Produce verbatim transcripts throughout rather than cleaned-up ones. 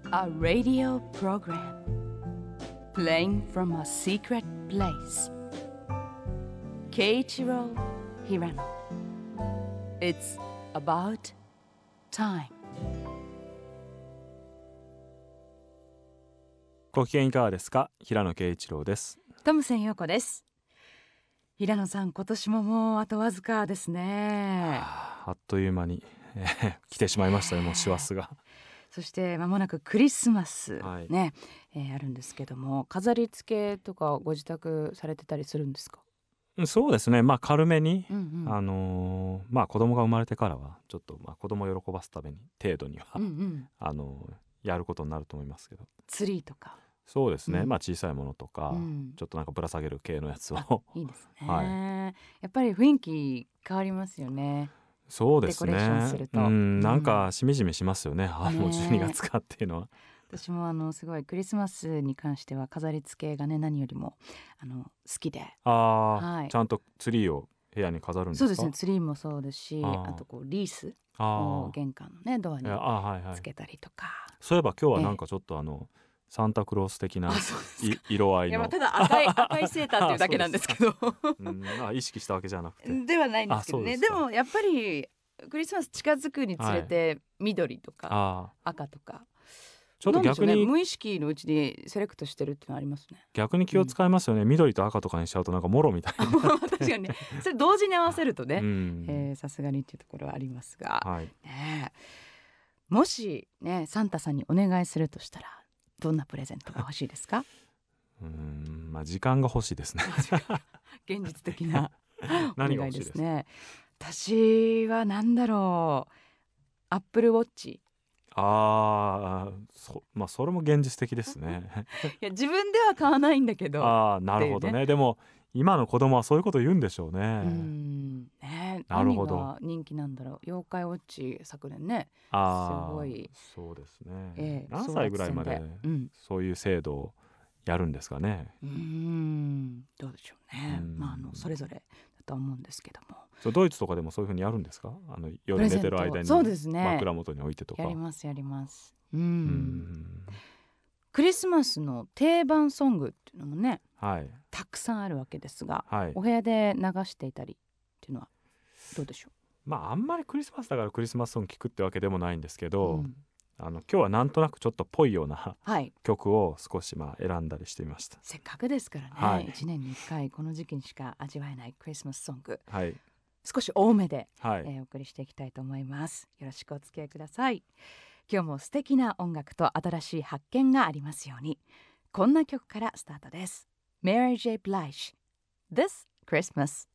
A radio program playing from a secret place. Keiichiro Hirano. It's about time. ご機嫌いかがですか？平野啓一郎です。 トムセン陽子です。平野さん、今年ももうあとわずかですね。 はあ、あっという間に、えー、来てしまいましたね、もう師走が。 そして間もなくクリスマス、 はいねえーあるんですけども、飾り付けとかご自宅されてたりするんですか？ そうですね、まあ軽めに、 うんうんあのーまあ子供が生まれてからはちょっと、まあ、子供を喜ばすために程度には、 うんうん、 あのーやることになると思いますけど。 ツリーとか、 そうですね、 うんまあ小さいものとか、 うん、 ちょっとなんかぶら下げる系のやつあ、 をいいですね、 はいやっぱり雰囲気変わりますよね。 そうですね、 デコレーションするとうんなんうんかしみじみしますよね、あもうじゅうにがつかっていうのは。 私もあのすごいクリスマスに関しては飾り付けがね、何よりもあの好きで、 あはい、 ーちゃんとツリーを部屋に飾るんですか？ そうですね、ツリーもそうですし、 あーあとこうリースをあ玄関のねドアーにえあはいはい。 つけたりとか、 そういえば今日はええなんかちょっとあのサンタクロース的なあ、そうですいか。 色合いのいや、まあただ赤い赤いセーターっていうだけなんですけどうんあ意識したわけじゃなくてではないんですけどね。であそうですかもやっぱりクリスマス近づくにつれて緑とかあ赤とか、 ちょっとなんでしょうね、 逆に、 無意識のうちにセレクトしてるっていうのはありますね。 逆に気を使いますよね、緑と赤とかにしちゃうとなんかもろみたいになって確かにね、それ同時に合わせるとうね、 んさすがにっていうところはありますが、 はいねえ、もしねサンタさんにお願いするとしたらどんなプレゼントが欲しいですか？ うんまあ時間が欲しいですね現実的なお何が願い欲しいですか？ ですね。私は何だろう、アップルウォッチ。 あーそまあそれも現実的ですねいや、自分では買わないんだけどああなるほどね、でも今の子供はそういうこと言うんでしょうね。 うーんね、 なる何ほど。 が人気なんだろう。妖怪ウォッチ昨年ね、すごああい、 そうですね、 ええ、 何歳ぐらいまで争奪戦で、うん、 そういう制度をやるんですかね。 うーんどうでしょうね。 うんまああのそれぞれだと思うんですけども、 そうドイツとかでもそういうふうにやるんですか？あのプ夜寝レゼント、 てる間にそうですね、 枕元に置いてとか。 やりますやります。うん、 うんクリスマスの定番ソングっていうのもねはいたくさんあるわけですが、 はいお部屋で流していたりっていうのはどうでしょまああんまりクリスマスだからクリスマスソング聞くってわけでもないんですけう？ ど、 うん、 あの今日はなんとなくちょっとぽいようなはい、 曲を少しまあ選んだりしてみました。 せっかくですからね、 はいいちねんにいっかいこの時期にしか味わえないクリスマスソング、 はい少し多めで、 はい、 えーお送りしていきたいと思います。よろしくお付き合いください。今日も素敵な音楽と新しい発見がありますように。こんな曲からスタートです。 Mary J. Blige This Christmas。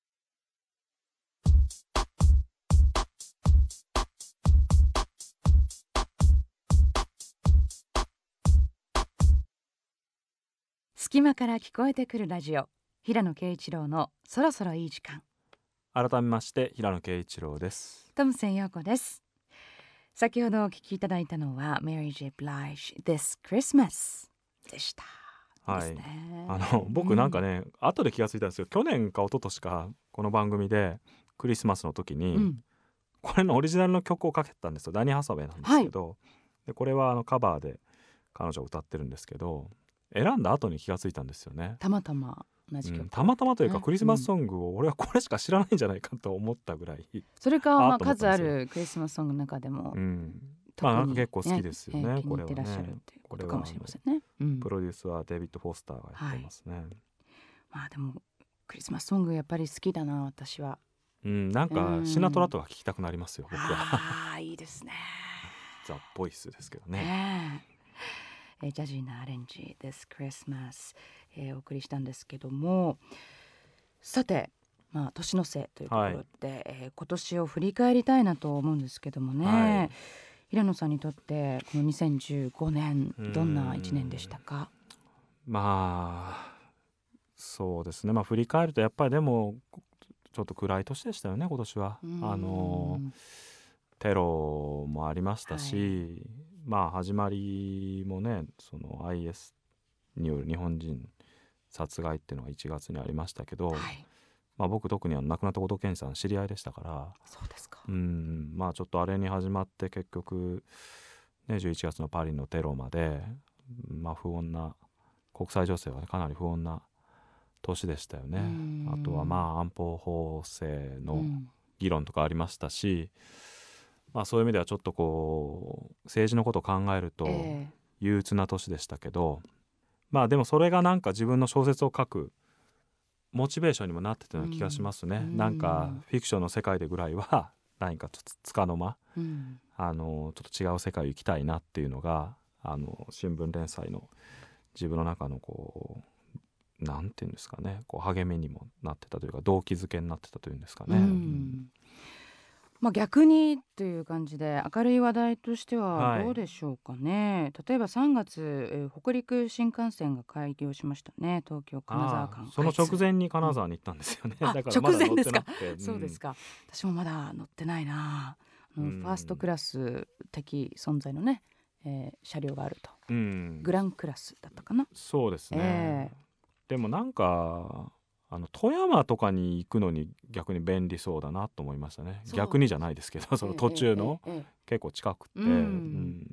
隙間から聞こえてくるラジオ、平野啓一郎のそろそろいい時間。 改めまして平野啓一郎です。 トムセン陽子です。先ほどお聞きいただいたのは Mary J. Blige This Christmas でした。 はい、 いいですね。 あの僕なんかね、うん、後で気がついたんですよ。去年か一昨年かこの番組でクリスマスの時に、うん、これのオリジナルの曲をかけてたんですよ。ダニー・ハサウェイなんですけど、はい、でこれはあのカバーで彼女が歌ってるんですけど、選んだ後に気がついたんですよね。 たまたま同じ曲、 うん、たまたまというか、クリスマスソングを俺はこれしか知らないんじゃないかと思ったぐらい、うん、 それかまあ数あるクリスマスソングの中でも、うん、 まあなんか結構好きですよね、 ね、気に入ってらっしゃるっていうことかもしれませんね。うん、 プロデュースはデビッド・フォスターがやってますね。はい、 まあでもクリスマスソングやっぱり好きだな私は。 うん、なんかシナトラとか聴きたくなりますよ、僕は。 ああいいですね。 ザ・ボイスですけどね。 えー、ジャジーなアレンジ This Christmas、えー、お送りしたんですけども、さて、まあ、年の瀬というところで、はい、えー、今年を振り返りたいなと思うんですけどもね、はい、平野さんにとってこのにせんじゅうごねんどんないちねんでしたか？ まあそうですね、まあ振り返るとやっぱりでもちょっと暗い年でしたよね今年は。あのテロもありましたし、はい、まあ始まりもねその アイエス による日本人殺害っていうのがいちがつにありましたけど、はい、まあ、僕特には亡くなった後藤健さん知り合いでしたから、 そうですか、 うんまあちょっとあれに始まって結局ね、じゅういちがつのパリのテロまで、まあ、不穏な国際情勢は、ね、かなり不穏な年でしたよね。あとはまあ安保法制の議論とかありましたし、まあ、そういう意味ではちょっとこう政治のことを考えると憂鬱な年でしたけど、えー、まあでもそれがなんか自分の小説を書くモチベーションにもなってたような気がしますね、うん、なんかフィクションの世界でぐらいは何かちょっとつかの間、うん、あのちょっと違う世界を行きたいなっていうのがあの新聞連載の自分の中のこうなんていうんですかね、こう励みにもなってたというか動機づけになってたというんですかね、うんうん、 まあ、逆にという感じで明るい話題としてはどうでしょうかね、はい、例えばさんがつ、えー、北陸新幹線が開業しましたね、東京金沢間。 その直前に金沢に行ったんですよね、 うん、 だからまだ乗ってなくて、 うん、そうですか。私もまだ乗ってないな、うん、ファーストクラス的存在のね、えー、車両があると、うん、グランクラスだったかな。 そうですね、えー、でもなんかあの富山とかに行くのに逆に便利そうだなと思いましたね。逆にじゃないですけど、その途中の結構近くて、うんうん、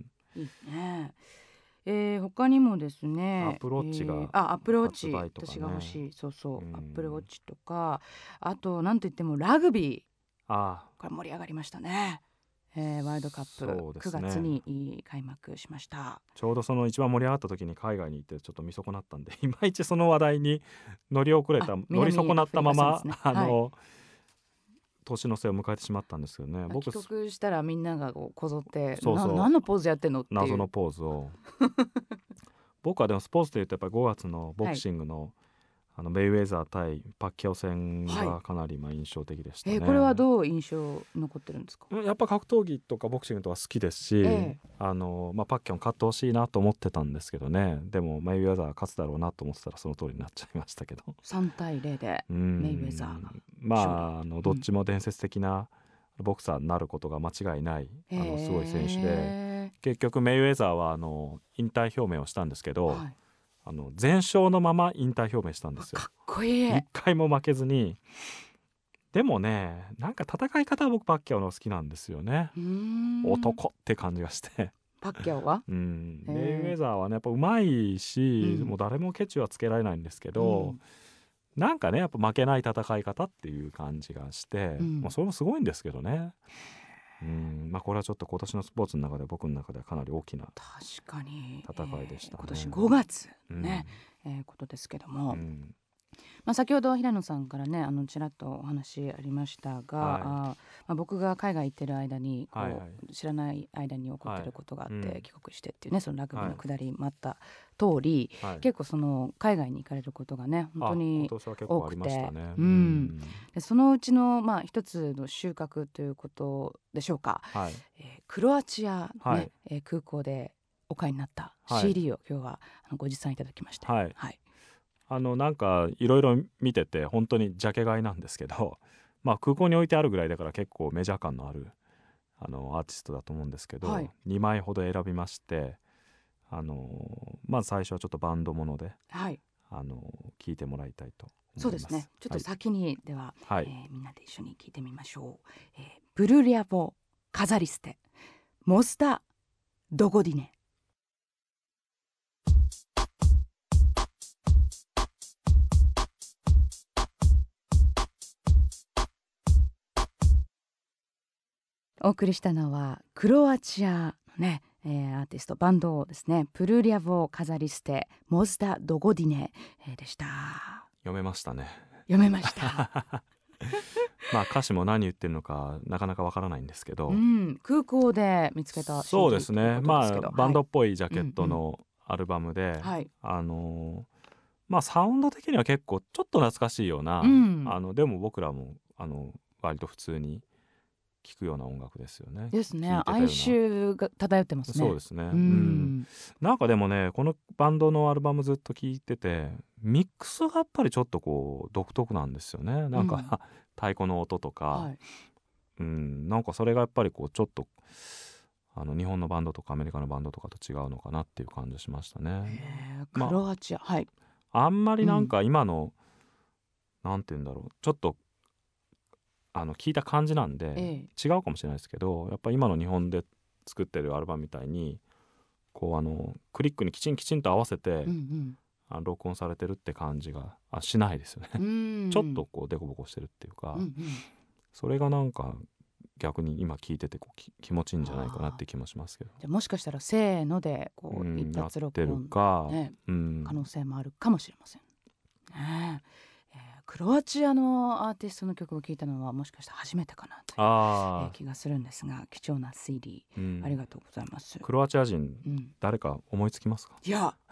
いいね。えー、他にもですね、 アプローチが、 えー、あアプローチ、ね、私が欲しい、そうそう、うん、アップルウォッチとか、あとなんといってもラグビー、あこれ盛り上がりましたね。えー、ワールドカップ、ね、くがつに開幕しました。 ちょうどその一番盛り上がった時に海外に行ってちょっと見損なったんでいまいちその話題に乗り遅れた乗り損なったまま、ね、あの、はい、年の瀬を迎えてしまったんですけどね。 僕帰国したらみんながこぞってそうそう何のポーズやってんのっていう謎のポーズを僕はでもスポーツでいうとやっぱりごがつのボクシングの、はい、あのメイウェザー対パッキャオ戦がかなりまあ印象的でしたね、 はい、えー、これはどう印象残ってるんですか？ やっぱ格闘技とかボクシングとか好きですし、えーあのまあ、パッキャオ勝ってほしいなと思ってたんですけどね。でもメイウェザー勝つだろうなと思ってたらその通りになっちゃいましたけどさんたいゼロでメイウェザーがまあ、あのどっちも伝説的なボクサーになることが間違いない、うん、あのすごい選手で、結局メイウェザーはあの引退表明をしたんですけど、はい、あの全勝のまま引退表明したんですよ。 かっこいい。 一回も負けずに。でもね、なんか戦い方は僕パッキャオの好きなんですよね。うーん、男って感じがしてパッキャオは、 うん、メイウェザーはねやっぱうまいし、うん、もう誰もケチはつけられないんですけど、うん、なんかねやっぱ負けない戦い方っていう感じがして、うん、まあ、それもすごいんですけどね。うん、まあ、これはちょっと今年のスポーツの中で僕の中ではかなり大きな戦いでしたね。 えー、今年ごがつね、うんえー、ことですけども、うんまあ、先ほど平野さんからねあのちらっとお話ありましたが、はいあまあ、僕が海外行ってる間にこう、はいはい、知らない間に起こってることがあって、はい、帰国してっていうねそのラグビーの下りもあった通り、はい、結構その海外に行かれることがね本当に多くて、ねうん、でそのうちの、まあ、一つの収穫ということでしょうか、はいえー、クロアチア、ねはいえー、空港でお買いになった シーディー を今日はご持参いただきまして、はいはいあのなんかいろいろ見てて本当にジャケ買いなんですけど、まあ、空港に置いてあるぐらいだから結構メジャー感のあるあのアーティストだと思うんですけど、はい、にまいほど選びまして、あのまず最初はちょっとバンドもので、はい、あの聴いてもらいたいと思います。 そうですね、ちょっと先に、はい、では、はいえー、みんなで一緒に聴いてみましょう、えー、ブルリアボ飾り捨てモスタドゴディネ。お送りしたのはクロアチアのね、えー、アーティストバンドですね、プルリアボ飾り捨てモズダ・ドゴディネ、えー、でした。 読めましたね。 読めましたまあ歌詞も何言ってるのかなかなかわからないんですけど、 うん、空港で見つけた シーディーそうですね、まあバンドっぽいジャケットの、 はい、 アルバムで、はい、あのまあサウンド的には結構ちょっと懐かしいような、うん、あのでも僕らもあの割と普通に聴くような音楽ですよね。 ですね。哀愁が漂ってますね。 そうですね、うんうん、なんかでもねこのバンドのアルバムずっと聴いててミックスがやっぱりちょっとこう独特なんですよね。なんか、うん、太鼓の音とか、はいうん、なんかそれがやっぱりこうちょっとあの日本のバンドとかアメリカのバンドとかと違うのかなっていう感じしましたね。 クロアチア、まあ、はいあんまりなんか今の、うん、なんて言うんだろうちょっとあの聞いた感じなんで、ええ、違うかもしれないですけどやっぱ今の日本で作ってるアルバムみたいにこうあのクリックにきちんきちんと合わせて、 うんうん、 あの録音されてるって感じがあしないですよね。 うん、 ちょっとこうデコボコしてるっていうか、 うんうん、 それがなんか逆に今聞いててこうき気持ちいいんじゃないかなって気もしますけど。 じゃあもしかしたらせーのでこう、 うん、 一発やってる録音、 か、 ね、 うん可能性もあるかもしれませんね。えークロアチアのアーティストの曲を聴いたのはもしかしたら初めてかなという、えあー気がするんですが、貴重な シーディー、 ー、うん、 ありがとうございます。 クロアチア人、 うん、 誰か思いつきますか？ いや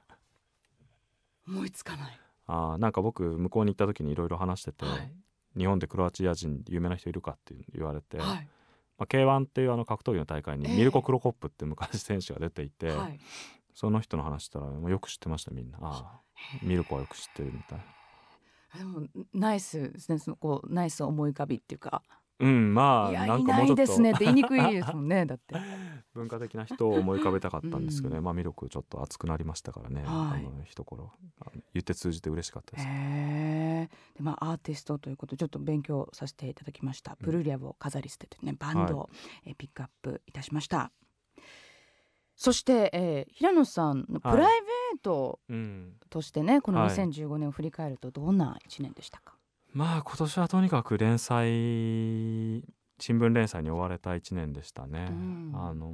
思いつかない。 あーなんか僕向こうに行った時にいろいろ話してて、 はい、 日本でクロアチア人有名な人いるかって言われて、 はい、 まあ、ケーワン っていうあの格闘技の大会にええミルコ・クロコップって昔選手が出ていて、 はい、 その人の話したらもうよく知ってましたみんな。ああミルコはよく知ってるみたいな。 でもナイスですね、そのこうナイス思い浮かびっていうか、 うんまいやあなんいないでかもうちょっとすねって言いにくいですもんねだって文化的な人を思い浮かべたかったんですけどね、 うんまあミルクちょっと熱くなりましたからね、 はいあの一頃あの言って通じて嬉しかったです。 へえ。でまあアーティストということでちょっと勉強させていただきました。 うんプルリアを飾り捨てというねバンドを、えーピックアップいたしました。そして、えー平野さんのプライベートうんとしてね、このはいにせんじゅうごねんを振り返るとどんないちねんでしたか？ まあ今年はとにかく連載新聞連載に追われたいちねんでしたね。 うんあの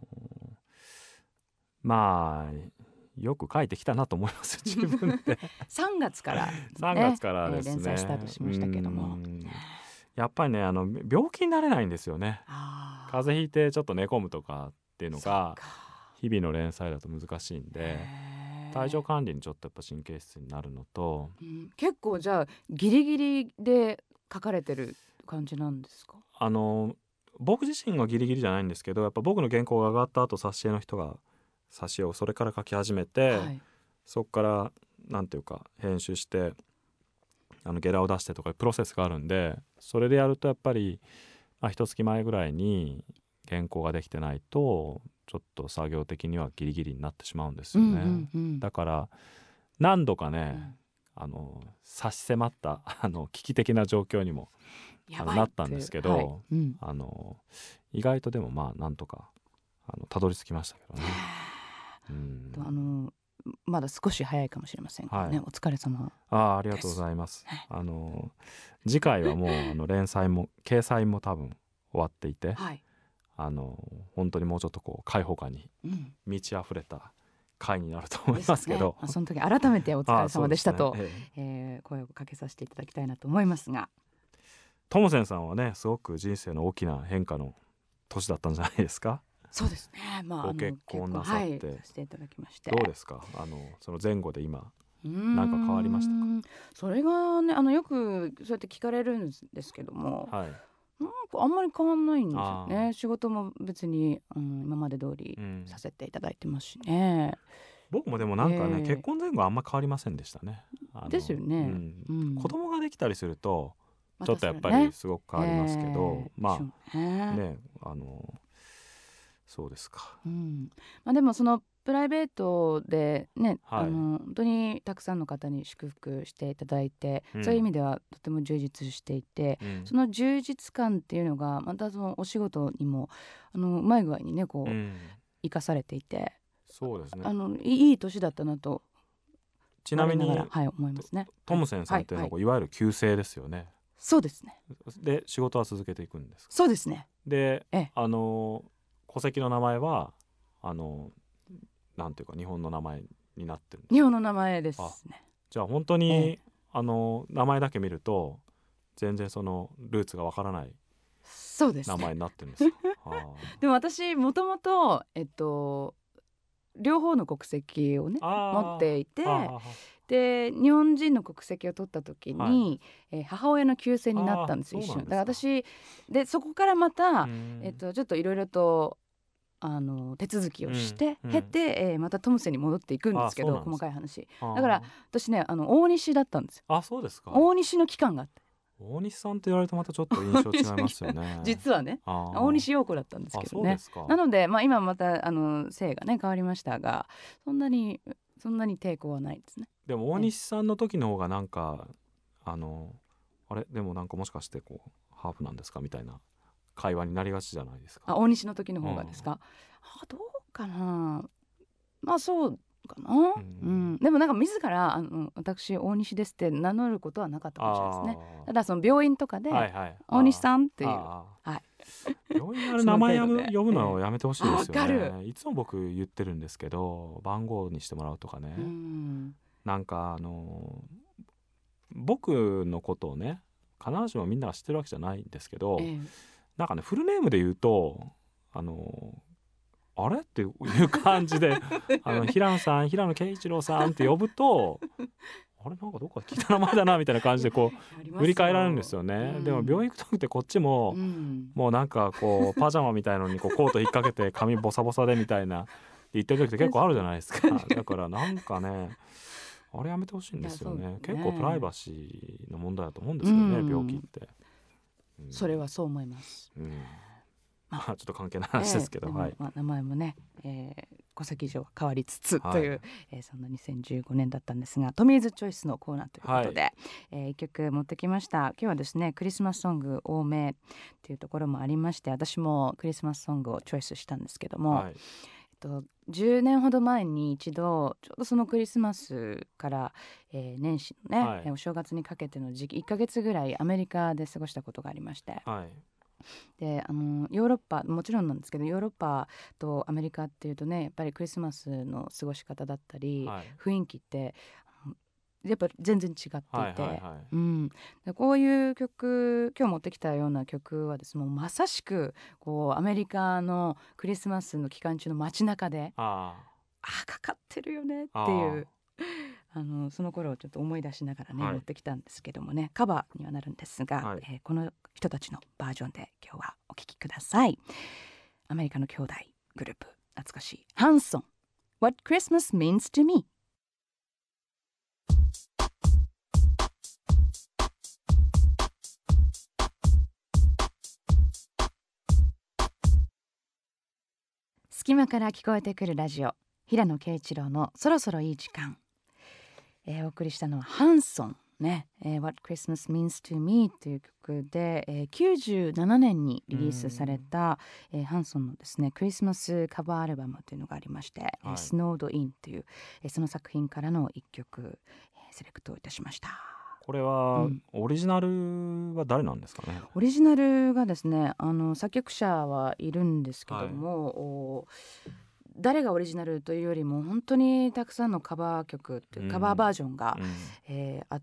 まあよく書いてきたなと思いますよ自分でさんがつから、ね、 さんがつからですね、 えー連載スタートしましたけども、 うんやっぱりねあの病気になれないんですよね。 あー風邪ひいてちょっと寝込むとかっていうのそがっか日々の連載だと難しいんで、 へー体調管理にちょっとやっぱ神経質になるのと、 うん結構じゃあギリギリで書かれてる感じなんですか？ あの僕自身はギリギリじゃないんですけど、やっぱ僕の原稿が上がった後挿絵の人が挿絵をそれから書き始めて、 はい、 そこからなんていうか編集してあのゲラを出してとかいうプロセスがあるんで、それでやるとやっぱりまあ一月前ぐらいに原稿ができてないとちょっと作業的にはギリギリになってしまうんですよね、 うんうんうん、 だから何度かうね、 んあの差し迫ったあの危機的な状況にもやばいあのなったんですけど、 はいうんあの意外とでもまあなんとかあのたどり着きましたけどね、うんとあのまだ少し早いかもしれませんからね、 はいお疲れ様。 ああありがとうございます。あの次回はもうあの連載も掲載も多分終わっていて、 はい、 あの本当にもうちょっとこう開放感にうん満ち溢れた回になると思いますけど、 ですねまあ、その時改めてお疲れ様でしたと、 ああそうですねえええー声をかけさせていただきたいなと思いますが、 ともせんさんはねすごく人生の大きな変化の年だったんじゃないですか。 そうですね、まあ、 ご結婚なさって結構はい、させていただきまして、 どうですか、あのその前後で今ななんか変わりましたか？ それがね、あのよくそうやって聞かれるんですけども、 はいなんかあんまり変わんないんですよあね。仕事も別に、うん、今まで通りうんさせていただいてますしね、 僕もでもなんかね、 ええ結婚前後あんま変わりませんでしたね。あのですよね、 うんうん子供ができたりするとまちょっとやっぱそれはねりすごく変わりますけど、 えーまでしょうねあねあのそうですか。 うんまあ、でもそのプライベートでね、 はいあの本当にたくさんの方に祝福していただいて、 うんそういう意味ではとても充実していて、 うんその充実感っていうのがまたそのお仕事にもあのうまい具合にねこう、 うん生かされていて、 そうですね。 あのいいい年だったなとちなみに我ながら、はい、思いますね。 トムセンさんっていうのはこういわゆる旧姓ですよね。 そうですねで仕事は続けていくんですか？ そうですねで、 ええあの戸籍の名前はあのなんていうか日本の名前になってるんですか？ 日本の名前ですね。 じゃあ本当に、 ええあの名前だけ見ると全然そのルーツがわからないそうですね名前になってるんですか？あでも私もともとえっと両方の国籍をねあー持っていて、 あーあで日本人の国籍を取った時に、 はえー母親の旧姓になったんですよあー一瞬。 そうなんですかだから私でそこからまた、 ーうんえっと、ちょっといろいろとあの手続きをして、 うん経て、えーまたトムセに戻っていくんですけど、 あそうなんです細かい話あーだから私ねあの大西だったんですよ。 あそうですか。 大西の期間があって大西さんって言われるとまたちょっと印象違いますよね。 実はねあー大西陽子だったんですあけどね。 そうですか。 なので、まあ、今またあの姓がね変わりましたが、そんなにそんなに抵抗はないですね。 でも大西さんの時の方がなんかあのあれでもなんかもしかしてこうハーフなんですかみたいな会話になりがちじゃないですか。 あ、大西の時の方がですか、うん、あ、どうかな、まあそうかな、うんうん、でもなんか自らあの私大西ですって名乗ることはなかったかもしれないですね。ただその病院とかで、はいはい、大西さんっていう、はい、 病院のあれ名前やむ呼ぶのをやめてほしいですよね、 えー、 いつも僕言ってるんですけど、番号にしてもらうとかね、うん、なんかあの僕のことをね必ずしもみんなが知ってるわけじゃないんですけど、えー、なんかねフルネームで言うとあのあれっていう感じであの平野さん、平野啓一郎さんって呼ぶとあれなんかどっかで聞いた名前だなみたいな感じでこう振り返られるんですよね、うん、でも病院行く時ってこっちも、うん、もうなんかこうパジャマみたいのにこうコート引っ掛けて髪ボサボサでみたいな言ってる時って結構あるじゃないですかだからなんかねあれやめてほしいんですよ ね, ね結構プライバシーの問題だと思うんですけどね、うん、病気って、 うん、それはそう思います、うん、 まあ、ちょっと関係ない話ですけど、 えーはい、 まあ、名前もね、えー、戸籍上は変わりつつという、はい、えー、そんなにせんじゅうごねんだったんですが、トミーズチョイスのコーナーということで、はい、えー、いっきょく持ってきました。今日はですねクリスマスソング多めっていうところもありまして、私もクリスマスソングをチョイスしたんですけども、はい、えっと、じゅうねんほど前に一度ちょうどそのクリスマスから、えー、年始のね、はい、お正月にかけての時期いっかげつぐらいアメリカで過ごしたことがありまして、はい、であのヨーロッパもちろんなんですけど、ヨーロッパとアメリカっていうとね、やっぱりクリスマスの過ごし方だったり、はい、雰囲気ってやっぱ全然違っていて、はいはいはい、うん、でこういう曲、今日持ってきたような曲はですね、もうまさしくこうアメリカのクリスマスの期間中の街中でああかかってるよねっていうあのその頃をちょっと思い出しながらね、はい、持ってきたんですけどもね、カバーにはなるんですが、はい、えー、この人たちのバージョンで今日はお聴きください。アメリカの兄弟グループ、懐かしいハンソン What Christmas Means to Me。隙間から聞こえてくるラジオ、平野啓一郎のそろそろいい時間、えー、お送りしたのはハンソンね、えー、What Christmas Means to Me という曲で、えー、きゅうじゅうななねんにリリースされた、えー、ハンソンのですねクリスマスカバーアルバムというのがありまして、はい、えー、Snowed In という、えー、その作品からの一曲、えー、セレクトいたしました。 これは、うん、オリジナルは誰なんですかね。 オリジナルがですね、あの作曲者はいるんですけども、はい、誰がオリジナルというよりも本当にたくさんのカバー曲という、うん、カバーバージョンが、うん、えー、あって、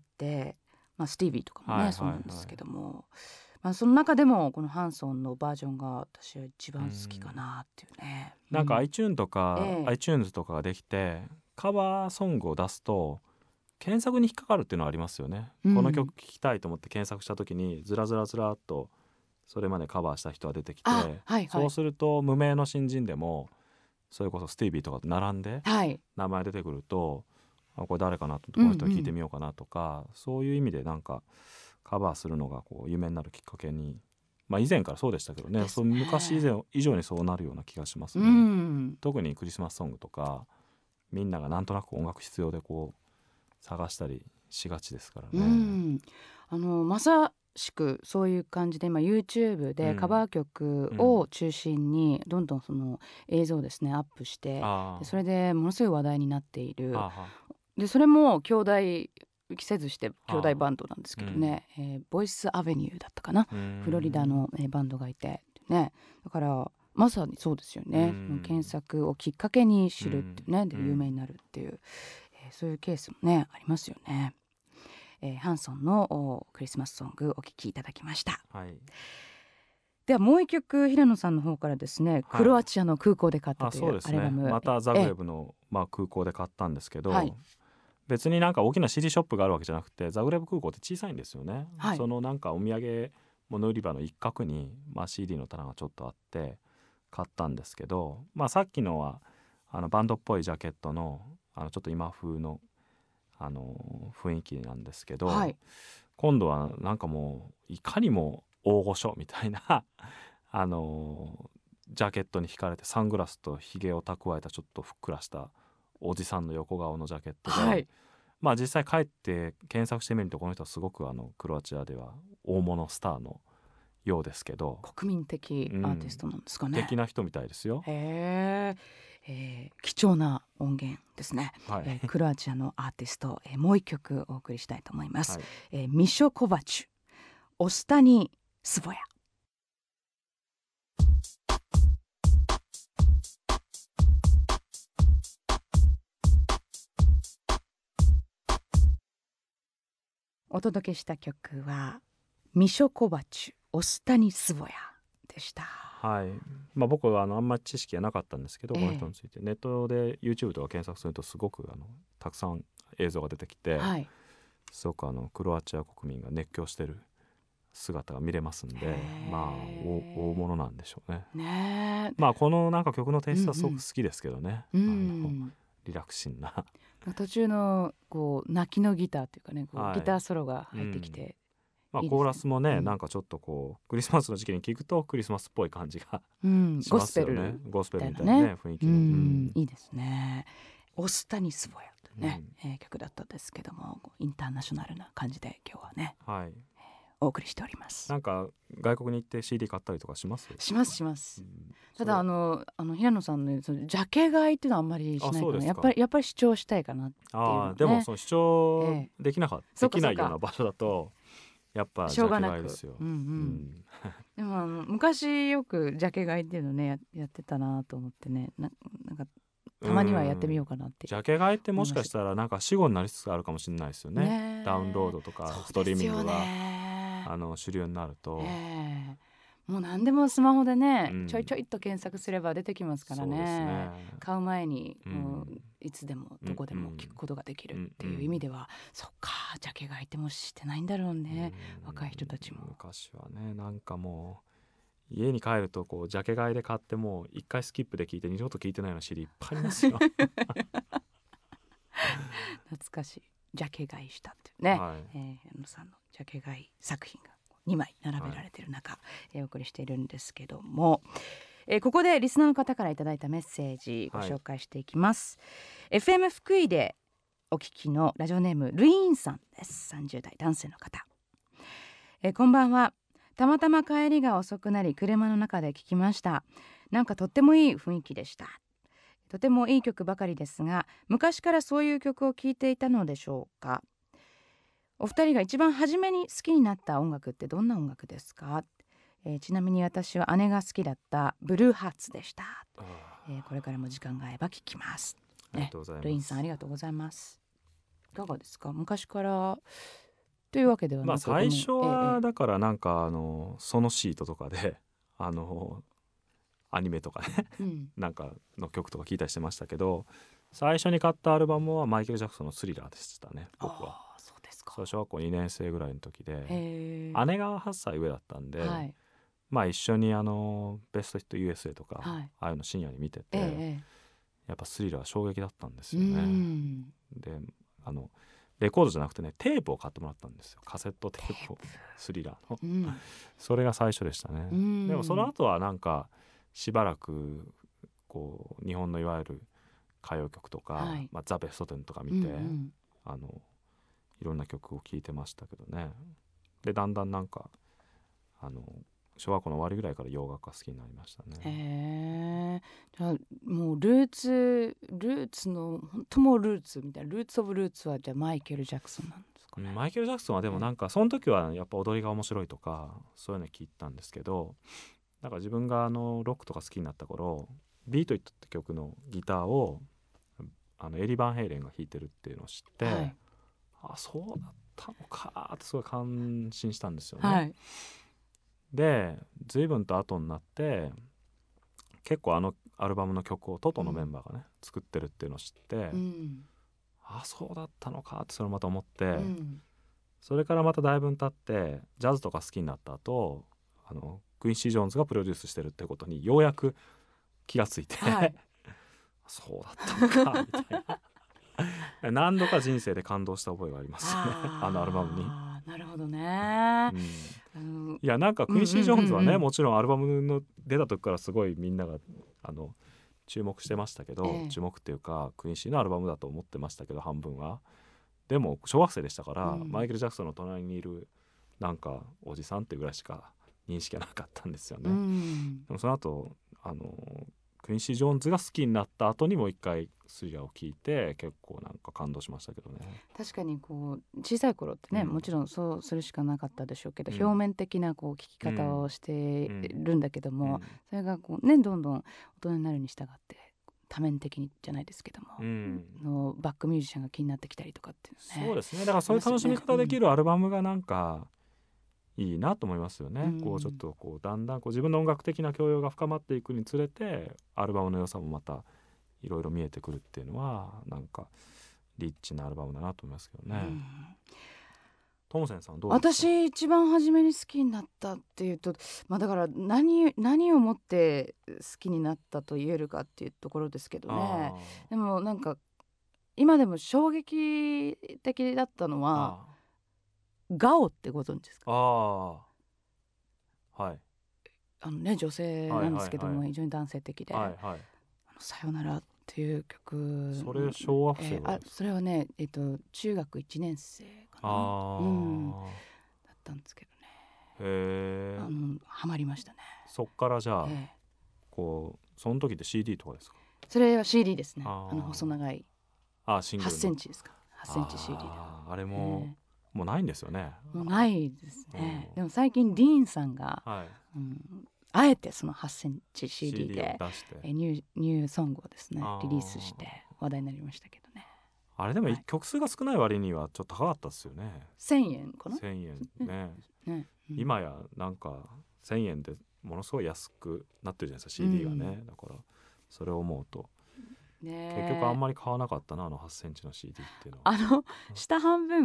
まあ、スティービーとかもね、はいはいはい、そうなんですけども、まあ、その中でもこのハンソンのバージョンが私は一番好きかなっていうね、 うん、なんか iTunes とか、えー、iTunes とかができてカバーソングを出すと検索に引っかかるっていうのはありますよね、うん、この曲聴きたいと思って検索した時にずらずらずらっとそれまでカバーした人が出てきて、はいはい、そうすると無名の新人でもそれこそスティービーとかと並んで名前出てくると、はい、あこれ誰かなとこの人に聞いてみようかなとか、うんうん、そういう意味でなんかカバーするのがこう有名になるきっかけに、まあ以前からそうでしたけど ね, ねそう昔以前以上にそうなるような気がしますね、うん、特にクリスマスソングとかみんながなんとなく音楽必要でこう探したりしがちですからね、うん、 あのまさしくそういう感じで今 YouTube でカバー曲を中心にどんどんその映像をですねアップして、でそれでものすごい話題になっている。でそれも兄弟着せずして兄弟バンドなんですけどね、うん、えー、ボイスアベニューだったかな、フロリダの、えー、バンドがいてね、だからまさにそうですよね、その検索をきっかけに知るっていうね、で有名になるっていう、えー、そういうケースもねありますよね。えー、ハンソンのクリスマスソングお聴きいただきました、はい、ではもう一曲平野さんの方からですね、はい、クロアチアの空港で買ったというアルバム、 ね、またザグレブの、まあ、空港で買ったんですけど、はい、別になんか大きな シーディー ショップがあるわけじゃなくてザグレブ空港って小さいんですよね、はい、そのなんかお土産物売り場の一角に、まあ、シーディー の棚がちょっとあって買ったんですけど、まあ、さっきのはあのバンドっぽいジャケット の, あのちょっと今風のあの雰囲気なんですけど、はい、今度はなんかもういかにも大御所みたいなあのジャケットに惹かれてサングラスとひげを蓄えたちょっとふっくらしたおじさんの横顔のジャケットで、はい、まあ実際帰って検索してみるとこの人はすごくあのクロアチアでは大物スターのようですけど、 国民的アーティストなんですかね。 的な人みたいですよ。 へー、えー、貴重な音源ですね、 はいえー、クロアチアのアーティスト、えー、もう一曲お送りしたいと思います、 はいえー、ミショコバチュオスタニスボヤ。お届けした曲はミショコバチュオスタニスボヤでした。 はい、まあ、僕はあのあんまり知識がなかったんですけど、 ええ、 この人についてネットで YouTube とか検索するとすごくあのたくさん映像が出てきて、 はい、 すごくあのクロアチア国民が熱狂してる姿が見れますんで、まあ大、大物なんでしょうね。 ねまあこのなんか曲のテイストはすごうんうんく好きですけどね、 うあのん、 リラクシンな途中のこう泣きのギターっていうかね、こうはいギターソロが入ってきて、 まあ、 いいですねコーラスもね、 うんなんかちょっとこうクリスマスの時期に聞くとクリスマスっぽい感じがうん、 しゴますよね。 スペルゴスペルみたいみたいなねなね雰囲気の、 うんうんいいですね。オスタニスボヤというね、 うんえー曲だったんですけども、インターナショナルな感じで今日はねはい、 お送りしております。 なんか外国に行って シーディー 買ったりとかします？ しますします、 うんただあのあの平野さんのそのジャケ買いっていうのはあんまりしないかな。 あそうですかやっぱりやっぱり主張したいかなっていうのはね。 あーでもその主張ええできなかった、 そうかできないそうかような場所だとやっぱしジャケょうがなく買いですよ。 うんうんうんでもあの昔よくジャケ買いっていうのね や, やってたなと思ってね、ななんかたまにはやってみようかなってジャケ買いってもしかしたらなんか死後になりつつあるかもしれないですよね。 ねえダウンロードとかそうストリーミングですよが、 ねあの主流になると、 ええもう何でもスマホでね、 うんちょいちょいっと検索すれば出てきますからね。 そうですね。 買う前にもううんいつでもどこでも聞くことができるっていう意味では、そっかジャケ買いってもしてないんだろうね、 うん若い人たちも。 昔はね、なんかもう家に帰るとこうジャケ買いで買ってもう一回スキップで聞いて二度と聞いてないような シーディー いっぱいありますよ。 懐かしいジャケ買いしたっていうね、 はいえー、平野さんのジャケ買い作品がにまい並べられている中、えーお送りしているんですけども、えーここでリスナーの方からいただいたメッセージご紹介していきます、はい、エフエム 福井でお聞きのラジオネームルイーンさんです。さんじゅう代男性の方、えー、こんばんは。たまたま帰りが遅くなり車の中で聞きました。なんかとってもいい雰囲気でした。とてもいい曲ばかりですが、昔からそういう曲を聴いていたのでしょうか。お二人が一番初めに好きになった音楽ってどんな音楽ですか。えー、ちなみに私は姉が好きだったブルーハーツでした、えー、これからも時間が合えば聴きます、ね、 ありがとうございます。 ルインさんありがとうございます。いかがですか。昔からというわけではなく、 まあ最初はええだからなんかあのそのシートとかであのアニメとかねうん、 なんかの曲とか聞いたりしてましたけど、最初に買ったアルバムはマイケル・ジャクソンのスリラーでしたね。僕はあ、そうですか。 そう小学校にねん生ぐらいの時で、 へ姉がはっさい上だったんで、 はい、 まあ一緒にあのベストヒット ユーエスエー とか、 はい、 ああいうの深夜に見てて、 ええやっぱスリラー衝撃だったんですうよね。 んであのレコードじゃなくてねテープを買ってもらったんですよ。カセットテープをスリラーのうんそれが最初でしたね。 うんでもその後はなんかしばらくこう日本のいわゆる歌謡曲とか、 はいまあ、ザ・ベストテンとか見て、 うんうんあのいろんな曲を聴いてましたけどね。でだんだんなんかあの小学校の終わりぐらいから洋楽が好きになりましたね。 へえ。じゃあもうルーツルーツの本当もうルーツみたいなルーツオブルーツはじゃあマイケル・ジャクソンなんですかね。 マイケル・ジャクソンはでもなんかその時はやっぱ踊りが面白いとかそういうの聞いたんですけど、なんか自分があのロックとか好きになった頃ビート・イットって曲のギターをあのエリ・バンヘイレンが弾いてるっていうのを知って、 はいあそうだったのかってすごい感心したんですよね。 はいで随分と後になって結構あのアルバムの曲をトトのメンバーがね、うん、作ってるっていうのを知って、 うん、 あそうだったのかってそれをまた思って、 うん、 それからまただいぶ経ってジャズとか好きになった後あのクインシー・ジョーンズがプロデュースしてるってことにようやく気がついて、はい、そうだったのかみたいな何度か人生で感動した覚えがありますねあ, あのアルバムに。 なるほどね、 うん、いやなんかクインシー・ジョーンズはね、うんうんうんうん、もちろんアルバムの出た時からすごいみんながあの注目してましたけど、ええ、注目っていうかクインシーのアルバムだと思ってましたけど半分は。でも小学生でしたから、うん、マイケル・ジャクソンの隣にいるなんかおじさんっていうぐらいしか認識はなかったんですよね、 うん、 でもその後あのクインシー・ジョーンズが好きになった後にもう一回スリラーを聞いて結構なんか感動しましたけどね。 確かにこう小さい頃ってね、 うん、 もちろんそうするしかなかったでしょうけど、 うん、 表面的なこう聞き方をしてるんだけども、 うんそれがこうねどんどん大人になるに従って多面的にじゃないですけども、 うん、 のバックミュージシャンが気になってきたりとかっていうのね。 そうですね。だからそういう楽しみ方できるアルバムがなんかいいなと思いますよね、うん、こうちょっとこうだんだんこう自分の音楽的な教養が深まっていくにつれてアルバムの良さもまたいろいろ見えてくるっていうのはなんかリッチなアルバムだなと思いますけどね、うん、トムセンさんどうですか？ 私一番初めに好きになったっていうと、まあ、だから何、何をもって好きになったと言えるかっていうところですけどね。でもなんか今でも衝撃的だったのはガオってご存知ですか？ ああ、はい、 あのね、女性なんですけども、はいはいはい、非常に男性的で、はいはい、あのさよならっていう曲、 それ小学生が、えー、あそれはね、えー、と中学いちねん生かな、 あ、 うん、だったんですけどね。 へあのハマりましたね。 そっからじゃあ、えー、こうその時って シーディー とかですか？ それは シーディー ですね。あの細長いあシングルのはちセンチですか？はちセンチ シーディー で、 あ, あれも、えー、もうないんですよね。 もうないですね、うん、でも最近ディーンさんが、はい、うん、あえてそのはちセンチ シーディー で シーディー を出してえニュー、ニューソングをですねリリースして話題になりましたけどね。 あれでも、はい、曲数が少ない割にはちょっと高かったですよね。 せんえんかな。 せんえんね、ね、うん、今やなんかせんえんでものすごい安くなってるじゃないですか シーディー がね、うん、だからそれを思うとね、結局あんまり買わなかったな、あのはちセンチの シーディー っていうのは。 あの下半分、うん、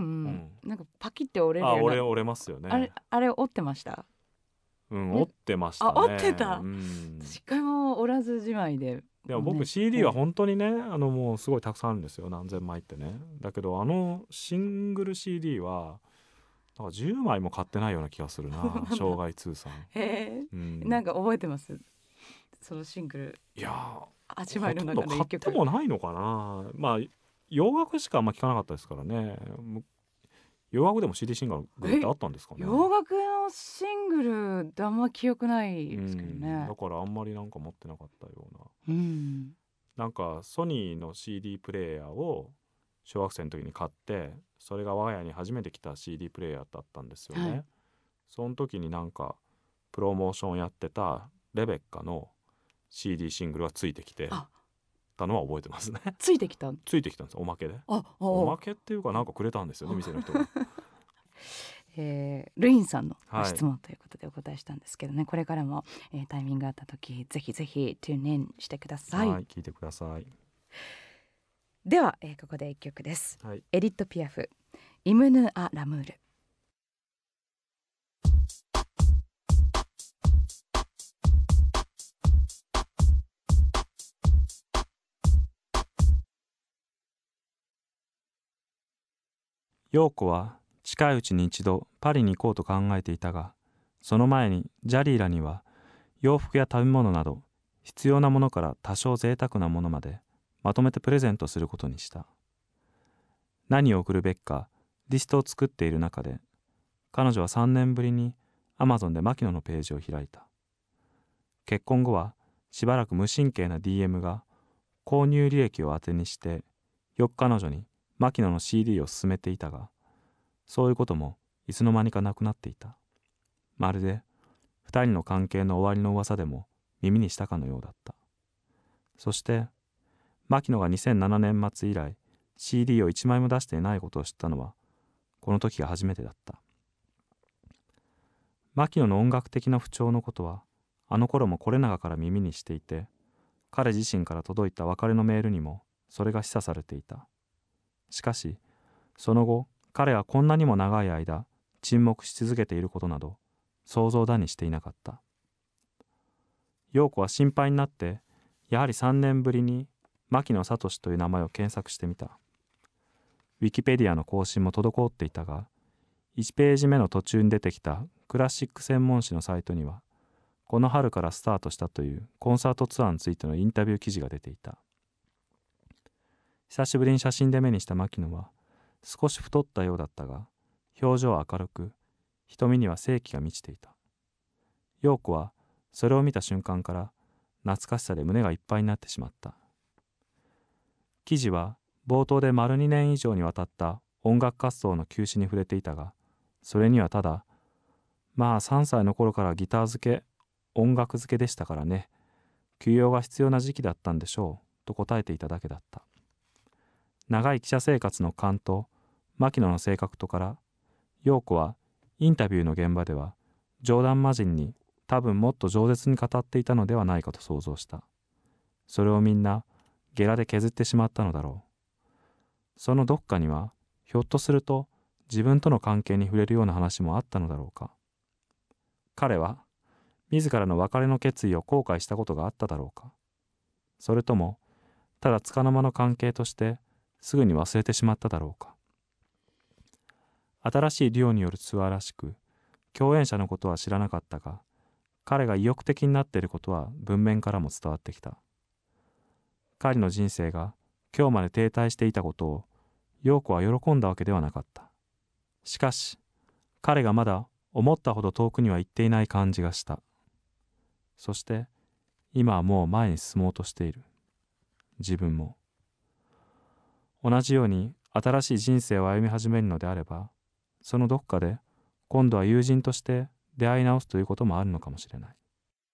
なんかパキって折れるような、 あ折れ折れますよね。 あれあれ折ってました？ うん、折ってましたね。 あ折ってた、 うん、 一回も折らずじまいで。 でも僕、ね、シーディー は本当にね、あのもうすごいたくさんあるんですよ、何千枚ってね。だけどあのシングル シーディー はなんかじゅうまいも買ってないような気がするな生涯通算。 へえ、うん、なんか覚えてます？そのシングル。 いやーはちまいの中のいっきょく。 買ってもないのかな。まあ洋楽しかあんま聞かなかったですからね。洋楽でも シーディー シングルってあったんですかね。 洋楽のシングルってあんま記憶ないですけどね。 だからあんまりなんか持ってなかったような、 うん、 なんかソニーの シーディー プレイヤーを小学生の時に買って、それが我が家に初めて来た シーディー プレイヤーだったんですよね、はい、その時になんかプロモーションやってたレベッカの シーディー シングルがついてきてたのは覚えてますね。 ついてきたついてきたんです、おまけで。おまけっていうかなんかくれたんですよね、店の人が。 えー、ルインさんのご質問ということでお答えしたんですけどね、はい、これからも、えー、タイミングがあった時ぜひぜひチューンインしてください。 はい、聞いてください。 では、えー、ここで一曲です、 はい、 エディット・ピアフ、イムヌ・ア・ラムール。 陽子は近いうちに一度パリに行こうと考えていたが、その前にジャリーらには洋服や食べ物など必要なものから多少贅沢なものまでまとめてプレゼントすることにした。何を送るべきかリストを作っている中で、彼女はさんねんぶりにアマゾンで牧野のページを開いた。結婚後はしばらく無神経な ディーエム が購入履歴を当てにしてよく彼女に牧野の シーディー を勧めていたが、そういうこともいつの間にかなくなっていた。まるで二人の関係の終わりの噂でも耳にしたかのようだった。そして牧野がにせんななねん末以来 シーディー をいちまいも出していないことを知ったのはこの時が初めてだった。牧野の音楽的な不調のことはあの頃も是永から耳にしていて、彼自身から届いた別れのメールにもそれが示唆されていた。しかしその後彼がこんなにも長い間沈黙し続けていることなど想像だにしていなかった。陽子は心配になってやはりさんねんぶりに牧野聡という名前を検索してみた。ウィキペディアの更新も滞っていたが、いちページ目の途中に出てきたクラシック専門誌のサイトにはこの春からスタートしたというコンサートツアーについてのインタビュー記事が出ていた。久しぶりに写真で目にした牧野は少し太ったようだったが、表情は明るく、瞳には生気が満ちていた。 陽子はそれを見た瞬間から懐かしさで胸がいっぱいになってしまった。記事は冒頭で丸にねん以上にわたった音楽活動の休止に触れていたが、それにはただ、まあさんさいの頃からギター漬け、音楽漬けでしたからね、休養が必要な時期だったんでしょうと答えていただけだった。長い記者生活の勘と牧野の性格とから、陽子はインタビューの現場では冗談交じりに多分もっと饒舌に語っていたのではないかと想像した。それをみんなゲラで削ってしまったのだろう。そのどっかにはひょっとすると自分との関係に触れるような話もあったのだろうか。彼は自らの別れの決意を後悔したことがあっただろうか。それともただ束の間の関係としてすぐに忘れてしまっただろうか。新しいデュオによるツアーらしく、共演者のことは知らなかったが、彼が意欲的になっていることは文面からも伝わってきた。彼の人生が今日まで停滞していたことを陽子は喜んだわけではなかった。しかし彼がまだ思ったほど遠くには行っていない感じがした。そして今はもう前に進もうとしている。自分も同じように新しい人生を歩み始めるのであれば、そのどっかで今度は友人として出会い直すということもあるのかもしれない。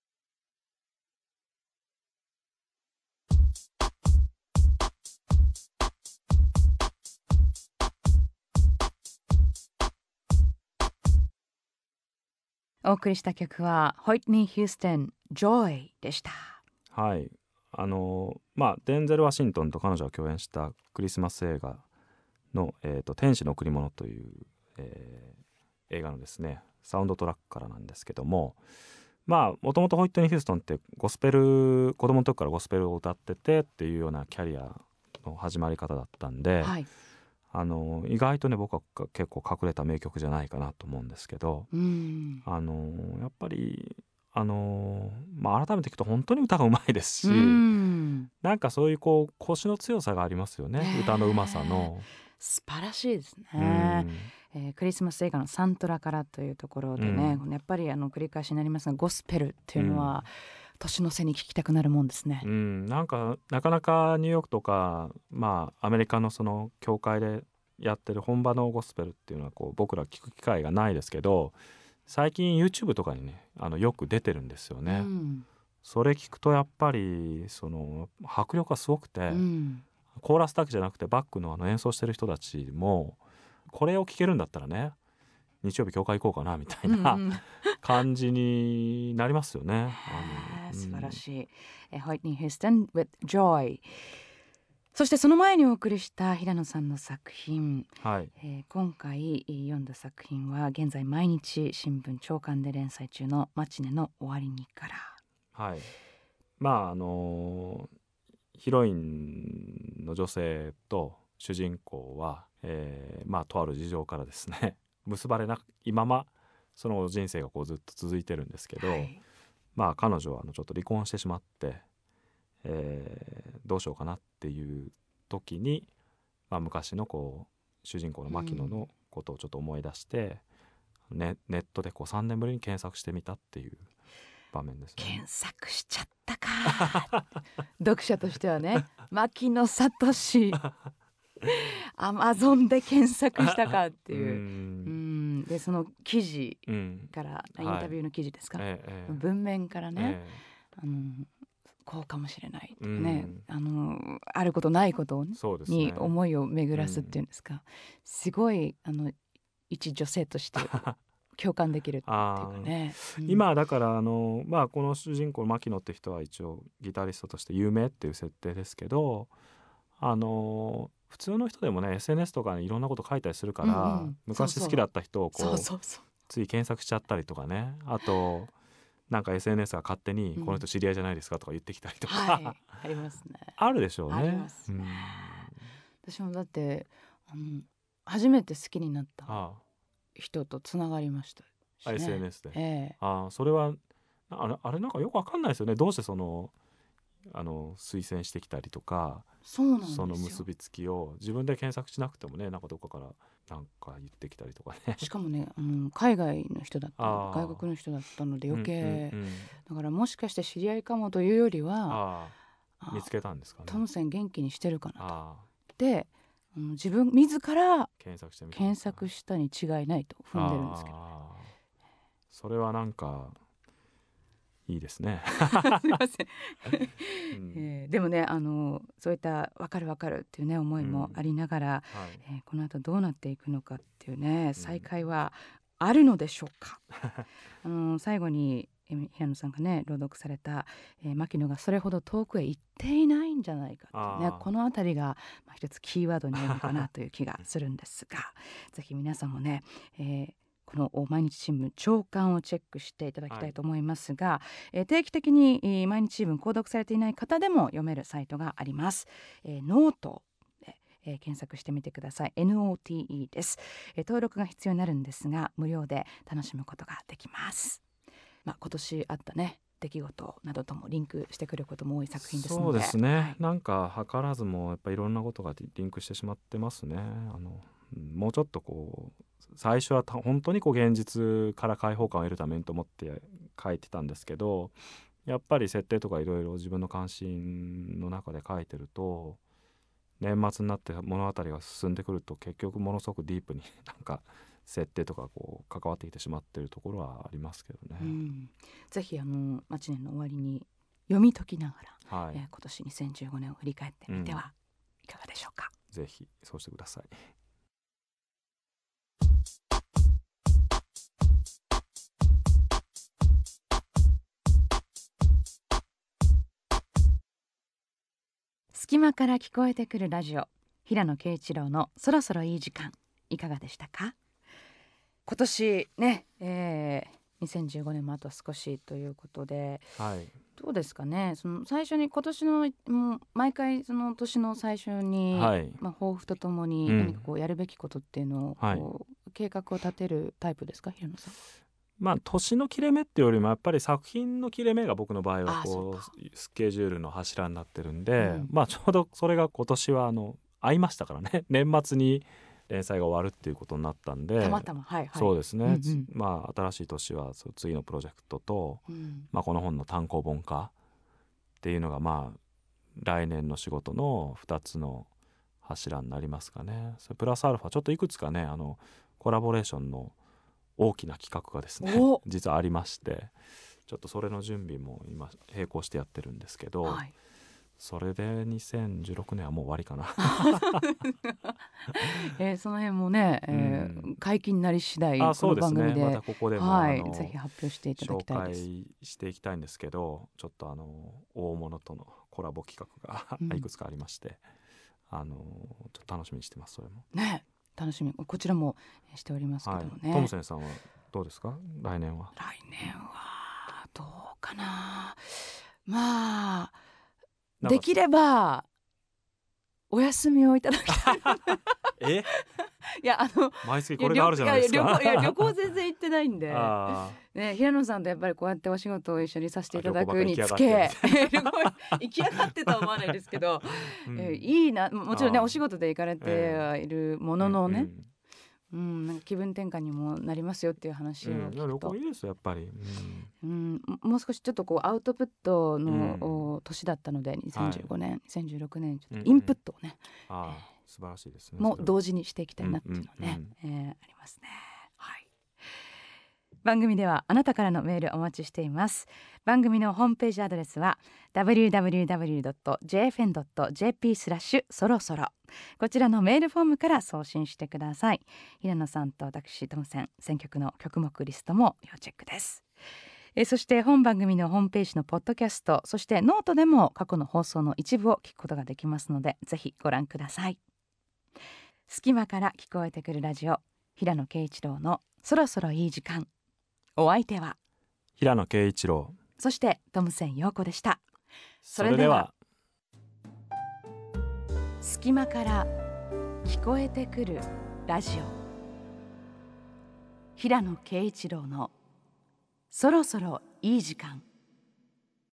お送りした曲はホイトニー・ヒューストン Joy でした。 はい、あのまあデンゼル・ワシントンと彼女が共演したクリスマス映画の、えーと、天使の贈り物という、えー、映画のですねサウンドトラックからなんですけども、まあもともとホイットニー・ヒューストンってゴスペル、子供の時からゴスペルを歌っててっていうようなキャリアの始まり方だったんで、 はい、 あの意外とね僕は結構隠れた名曲じゃないかなと思うんですけど、 うん、 あのやっぱりあのまあ改めて聞くと本当に歌がうまいですし、 うん、 なんかそういうこう腰の強さがありますよね、 ね、 歌のうまさの。 素晴らしいですね、 うんえー、クリスマス映画のサントラからというところでね、うん、やっぱりあの繰り返しになりますがゴスペルっていうのは、うん、年の瀬に聴きたくなるもんですね、 うん、なんかなかなかニューヨークとか、まあ、アメリカのその教会でやってる本場のゴスペルっていうのはこう僕ら聞く機会がないですけど、最近 YouTube とかにねあのよく出てるんですよね、うん、それ聞くとやっぱりその迫力がすごくて、うん、コーラスだけじゃなくてバックのあの演奏してる人たちもこれを聴けるんだったらね日曜日教会行こうかなみたいな、うんうん、感じになりますよね。 あの素晴らしい、ホイットニー・ヒューストン with Joy。 そしてその前にお送りした平野さんの作品、はい、えー、今回読んだ作品は現在毎日新聞朝刊で連載中のマチネの終わりにから。 はい、まああのー、ヒロインの女性と主人公は、えー、まあとある事情からですね結ばれな今まその人生がこうずっと続いてるんですけど、はい、まあ彼女はあのちょっと離婚してしまって、えー、どうしようかなっていう時に、まあ、昔のこう主人公の牧野のことをちょっと思い出して、うん、ネ, ネットでこうさんねんぶりに検索してみたっていう場面ですね。 検索しちゃったか読者としてはね牧野聡アマゾンで検索したかっていう、うん、でその記事から、うん、インタビューの記事ですか、はい、文面からね、えー、あのこうかもしれないってね、うん、あのあることないこと、ねね、に思いを巡らすっていうんですか、うん、すごいあの一女性として共感できるっていうかね、 うん、今だからあの、まあ、この主人公牧野って人は一応ギタリストとして有名っていう設定ですけど、あの普通の人でもね エスエヌエス とかにいろんなこと書いたりするから、うんうん、昔好きだった人をこう、そうそうそう、つい検索しちゃったりとかね、あとなんか エスエヌエス が勝手にこの人知り合いじゃないですかとか言ってきたりとか、うんはい、 ありますねあるでしょうね。 ありますね、うん、私もだってあの初めて好きになった人とつながりましたし、ね、 エスエヌエス で、 ええ、 あそれはあれ、あれなんかよくわかんないですよね、どうしてそのあの推薦してきたりとか、 そうなんですよ。 その結びつきを自分で検索しなくてもね、なんかどっかからなんか言ってきたりとかね。 しかもね、あの海外の人だったあー外国の人だったので余計、 うんうんうん、 だからもしかして知り合いかもというよりは、 ああ見つけたんですかね。 トムセン元気にしてるかなと。 あで、あの自分自ら検索してみて検索したに違いないと踏んでるんですけど、 あそれはなんかいいですね。 すいません、 うんえーでもね、あのそういった分かる分かるっていうね思いもありながら、 はいえーこの後どうなっていくのかっていうね再開はあるのでしょうか。あの最後にえー平野さんがね朗読された、えー牧野がそれほど遠くへ行っていないんじゃないかっていうね、 あーこのあたりが、まあ、一つキーワードになるのかなという気がするんですがぜひ皆さんもね、えーこの毎日新聞朝刊をチェックしていただきたいと思いますが、えー定期的に、えー毎日新聞購読されていない方でも読めるサイトがあります。えーノートで、えー検索してみてください。 エヌオーティーイー です。えー登録が必要になるんですが無料で楽しむことができます。まあ、今年あったね出来事などともリンクしてくることも多い作品ですので、 そうですね、 はい、 なんか図らずもやっぱいろんなことがリンクしてしまってますね。あのもうちょっとこう最初はた本当にこう現実から解放感を得るためにと思って書いてたんですけど、やっぱり設定とかいろいろ自分の関心の中で書いてると年末になって物語が進んでくると結局ものすごくディープになんか設定とかこう関わってきてしまっているところはありますけどね。 うん、ぜひあのいちねんの終わりに読み解きながら、 はい、 えー今年にせんじゅうごねんを振り返ってみてはいかがでしょうか。 ぜひそうしてください。 隙間から聞こえてくるラジオ、平野啓一郎のそろそろいい時間、いかがでしたか。今年ね、えーにせんじゅうごねんもあと少しということで、 はい、 どうですかね、その最初に今年のもう毎回その年の最初に、 はいまあ、抱負とともにうん何かこうやるべきことっていうのをはいこう計画を立てるタイプですか、平野さん。 まあ年の切れ目っていうよりもやっぱり作品の切れ目が僕の場合はああそうこかうスケジュールの柱になってるんで、 うんまあちょうどそれが今年はあの合いましたからね年末に連載が終わるっていうことになったんで、 たまたま、はいはい、 そうですね、 うんうんつまあ新しい年はそう次のプロジェクトと、 うんまあ、この本の単行本化っていうのがまあ来年の仕事のふたつの柱になりますかね。それプラスアルファちょっといくつかねあのコラボレーションの大きな企画がですねお実はありまして、ちょっとそれの準備も今並行してやってるんですけど、 はい、 それでにせんじゅうろくねんはもう終わりかなえーその辺もね、えーうん解禁になり次第あこのそうですね番組で、 またここでも、 はいあのぜひ発表していただ紹きたいです。 介していきたいんですけど、ちょっとあの大物とのコラボ企画が、 うんいくつかありまして、あのちょっと楽しみにしてます。それもね、楽しみ、こちらもしておりますけどもね、 はい、トムセンさんはどうですか来年は。 来年はどうかな。まあなんかできればお休みをいただきたいえいやあの毎月いやこれがあるじゃないですか。 旅行いや旅行いや旅行全然行ってないんであね、平野さんとやっぱりこうやってお仕事を一緒にさせていただくにつあけ旅行ばっか行き上がってとは思わないですけど、 ー、うんえーいいな、もちろんねあーお仕事で行かれてはいるもののね、 うんうんなんか気分転換にもなりますよっていう話をうんうん、いや聞くと、 旅行いいですよやっぱり、うんうんもう少しちょっとこうアウトプットの、 うんお年だったのでにせんじゅうごねん、にせんじゅうろくねんちょっうんとインプットをね、 ああ素晴らしいですね。 もうそれは同時にしていきたいなっていうのはね、 うんうんえーありますね。はい。番組ではあなたからのメールお待ちしています。番組のホームページアドレスは ダブリューダブリューダブリュードットジェーエフエヌドットジェーピー スラッシュそろそろ、こちらのメールフォームから送信してください。平野さんと私トムセン選曲の曲目リストも要チェックです。えーそして本番組のホームページのポッドキャスト、そしてノートでも過去の放送の一部を聞くことができますのでぜひご覧ください。隙間から聞こえてくるラジオ、平野啓一郎のそろそろいい時間。お相手は平野啓一郎、 そしてトムセン陽子でした。 それでは隙間から聞こえてくるラジオ、平野啓一郎のそろそろいい時間。